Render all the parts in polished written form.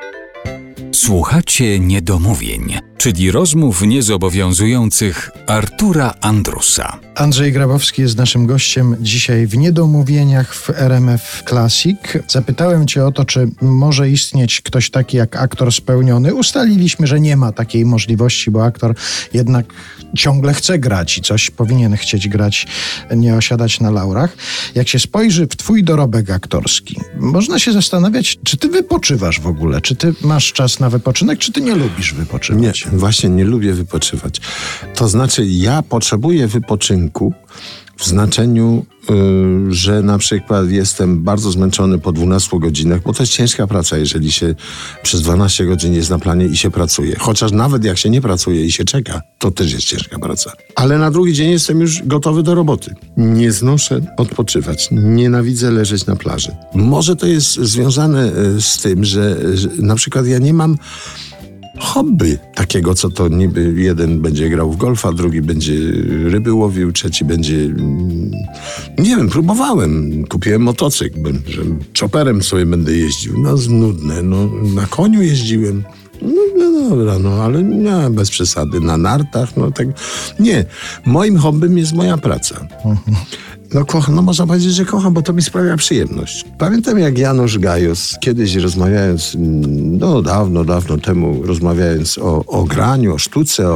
Słuchacie niedomówień, czyli rozmów niezobowiązujących Artura Andrusa. Andrzej Grabowski jest naszym gościem dzisiaj w Niedomówieniach w RMF Classic. Zapytałem cię o to, czy może istnieć ktoś taki jak aktor spełniony. Ustaliliśmy, że nie ma takiej możliwości, bo aktor jednak ciągle chce grać i coś powinien chcieć grać, nie osiadać na laurach. Jak się spojrzy w twój dorobek aktorski, można się zastanawiać, czy ty wypoczywasz w ogóle, czy ty masz czas na wypoczynek, czy ty nie lubisz wypoczywać? Nie, właśnie nie lubię wypoczywać. To znaczy, ja potrzebuję wypoczynku w znaczeniu, że na przykład jestem bardzo zmęczony po 12 godzinach, bo to jest ciężka praca, jeżeli się przez 12 godzin jest na planie i się pracuje. Chociaż nawet jak się nie pracuje i się czeka, to też jest ciężka praca. Ale na drugi dzień jestem już gotowy do roboty. Nie znoszę odpoczywać. Nienawidzę leżeć na plaży. Może to jest związane z tym, że na przykład ja nie mam hobby takiego, co to niby jeden będzie grał w golfa, drugi będzie ryby łowił, trzeci będzie... Nie wiem, próbowałem. Kupiłem motocykl, że chopperem sobie będę jeździł. No nudne, na koniu jeździłem. No dobra, ale nie, bez przesady. Na nartach, tak. Nie. Moim hobbym jest moja praca. Kocham, można powiedzieć, że kocham, bo to mi sprawia przyjemność. Pamiętam, jak Janusz Gajos, kiedyś rozmawiając, dawno temu, rozmawiając o graniu, o sztuce,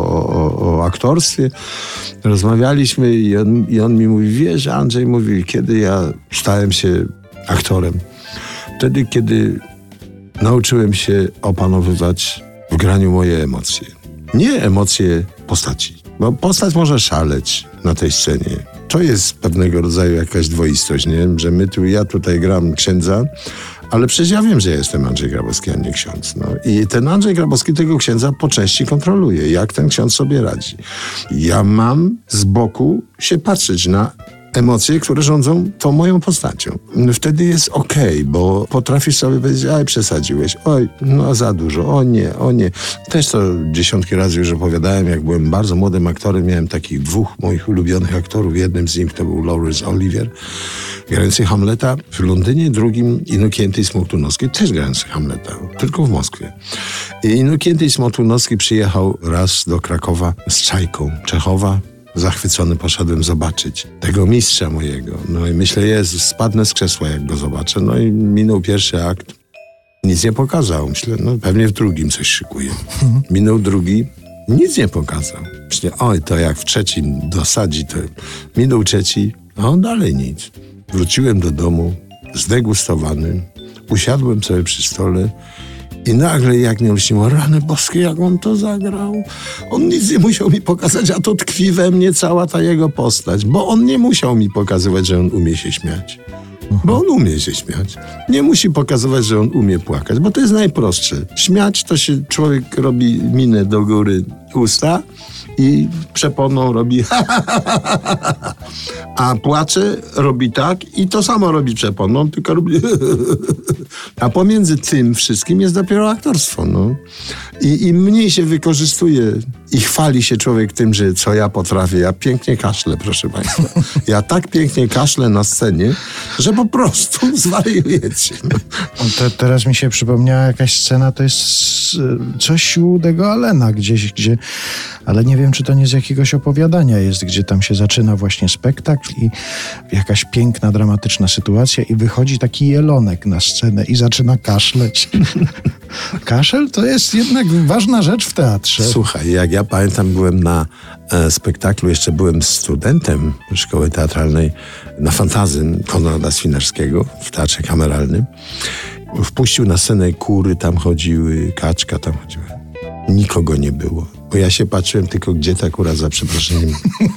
o aktorstwie, rozmawialiśmy i on mi mówi, wiesz, Andrzej, mówi, kiedy ja stałem się aktorem, wtedy, kiedy nauczyłem się opanowywać w graniu moje emocje. Nie emocje postaci, bo postać może szaleć na tej scenie. To jest pewnego rodzaju jakaś dwoistość, nie? Że ja tutaj gram księdza, ale przecież ja wiem, że ja jestem Andrzej Grabowski, a nie ksiądz. I ten Andrzej Grabowski tego księdza po części kontroluje, jak ten ksiądz sobie radzi. Ja mam z boku się patrzeć na emocje, które rządzą tą moją postacią. Wtedy jest okej, bo potrafisz sobie powiedzieć, przesadziłeś, za dużo, o nie. Też to dziesiątki razy już opowiadałem, jak byłem bardzo młodym aktorem, miałem takich dwóch moich ulubionych aktorów, jednym z nich to był Laurence Olivier, grający Hamleta w Londynie, drugim Innokienty Smołtunowski, też grający Hamleta, tylko w Moskwie. I Innokienty Smołtunowski przyjechał raz do Krakowa z Czajką Czechowa. Zachwycony poszedłem zobaczyć tego mistrza mojego. I myślę, spadnę z krzesła, jak go zobaczę. I minął pierwszy akt. Nic nie pokazał. Myślę, pewnie w drugim coś szykuje. Minął drugi. Nic nie pokazał. Myślę, to jak w trzecim dosadzi, to minął trzeci. Dalej nic. Wróciłem do domu, zdegustowany. Usiadłem sobie przy stole. I nagle, jak mnie olśniło, rany boskie, jak on to zagrał. On nic nie musiał mi pokazać, a to tkwi we mnie cała ta jego postać. Bo on nie musiał mi pokazywać, że on umie się śmiać. Bo on umie się śmiać. Nie musi pokazywać, że on umie płakać, bo to jest najprostsze. Śmiać to się człowiek robi minę do góry usta i przeponą robi a płacze robi tak i to samo robi przeponą, tylko robi a pomiędzy tym wszystkim jest dopiero aktorstwo. I mniej się wykorzystuje i chwali się człowiek tym, że co ja potrafię. Ja pięknie kaszlę, proszę państwa. Ja tak pięknie kaszlę na scenie, że po prostu zwariujecie. Teraz mi się przypomniała jakaś scena, to jest coś u Woodego Allena gdzieś, ale nie wiem, czy to nie z jakiegoś opowiadania jest, gdzie tam się zaczyna właśnie spektakl i jakaś piękna, dramatyczna sytuacja i wychodzi taki jelonek na scenę i zaczyna kaszleć. Kaszel to jest jednak ważna rzecz w teatrze. Słuchaj, jak ja pamiętam, byłem na spektaklu, jeszcze byłem studentem szkoły teatralnej na Fantazyn Konrada Swinarskiego w Teatrze Kameralnym. Wpuścił na scenę kury, tam chodziły, kaczka tam chodziła. Nikogo nie było. Bo ja się patrzyłem tylko, gdzie ta kura, za przeproszeniem,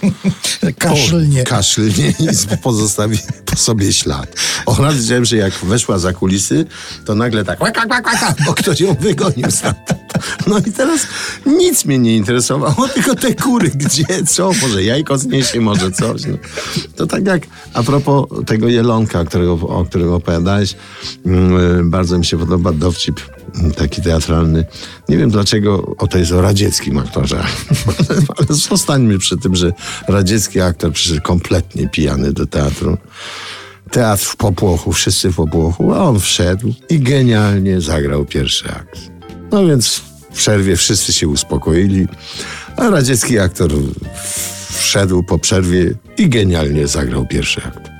kaszlnie i pozostawi po sobie ślad. Oraz widziałem, że jak weszła za kulisy, to nagle tak bo ktoś ją wygonił stamtąd. I teraz nic mnie nie interesowało, tylko te kury, gdzie, co, może jajko zniesie, może coś. To tak jak a propos tego jelonka, o którym opowiadałeś, bardzo mi się podoba dowcip taki teatralny. Nie wiem dlaczego, to jest o radzieckim aktorze, ale zostańmy przy tym, że radziecki aktor przyszedł kompletnie pijany do teatru. Teatr w popłochu, wszyscy w popłochu, a on wszedł i genialnie zagrał pierwszy akt. No więc w przerwie wszyscy się uspokoili, a radziecki aktor wszedł po przerwie i genialnie zagrał pierwszy akt.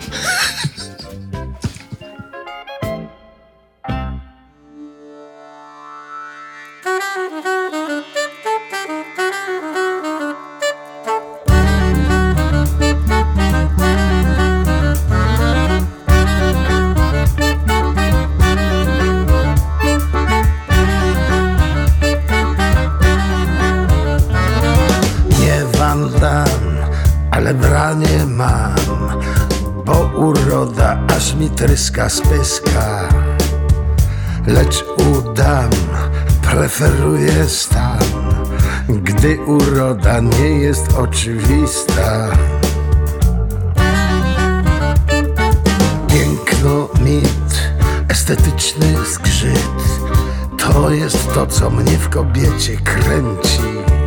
Ale branie mam, bo uroda aż mi tryska z pyska. Lecz udam, preferuję stan, gdy uroda nie jest oczywista. Piękno, mit, estetyczny zgrzyt, to jest to, co mnie w kobiecie kręci.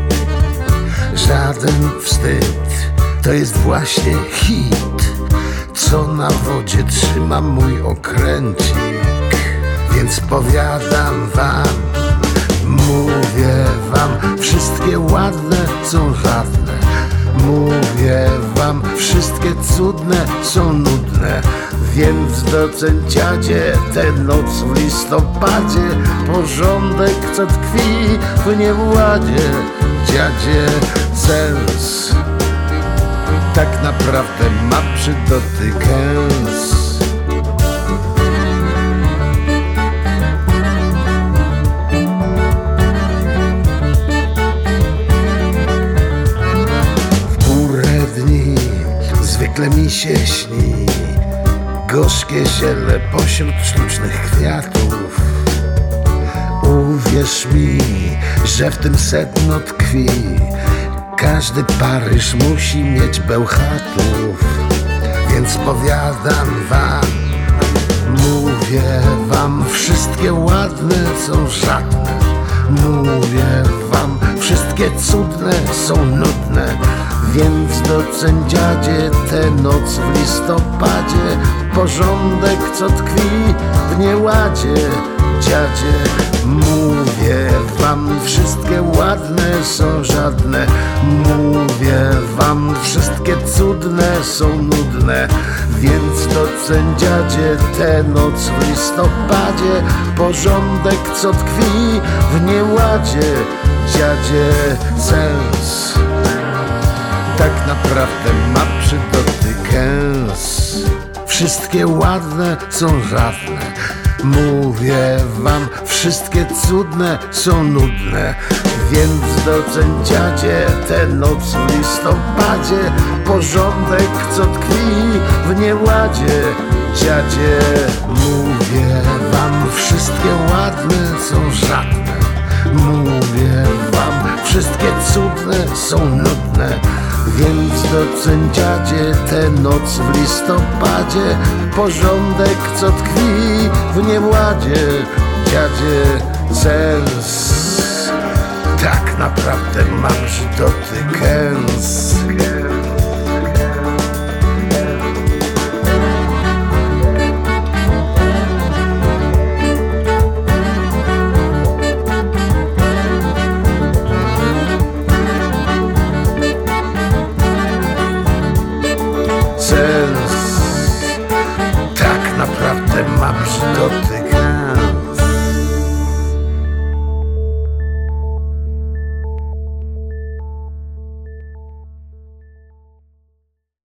Żaden wstyd, to jest właśnie hit, co na wodzie trzyma mój okręcik. Więc powiadam wam, mówię wam, wszystkie ładne są żadne. Mówię wam, wszystkie cudne są nudne. Więc docenciacie tę noc w listopadzie, porządek, co tkwi w niewładzie. Dziadzie sens tak naprawdę ma przydotyk kęs. W górę dni zwykle mi się śni gorzkie ziele pośród sztucznych kwiatów. Uwierz mi, że w tym sedno tkwi. Każdy Paryż musi mieć bełchatów. Więc powiadam wam, mówię wam, wszystkie ładne są żadne. Mówię wam, wszystkie cudne są nudne. Więc doceń dziadzie tę noc w listopadzie, porządek, co tkwi w nieładzie. Dziadzie, mówię wam, wszystkie ładne są żadne. Mówię wam, wszystkie cudne są nudne. Więc doceń dziadzie tę noc w listopadzie, porządek, co tkwi w nieładzie. Dziadzie sens tak naprawdę ma przydotyk kęs. Wszystkie ładne są żadne. Mówię wam, wszystkie cudne są nudne. Więc doceń dziadzie tę noc w listopadzie, porządek, co tkwi w nieładzie. Dziadzie, mówię wam, wszystkie ładne są żadne. Mówię wam, wszystkie cudne są nudne. Więc doceń dziadzie tę noc w listopadzie, porządek, co tkwi w nieładzie. Dziadzie sens tak naprawdę ma przydotyk kęs.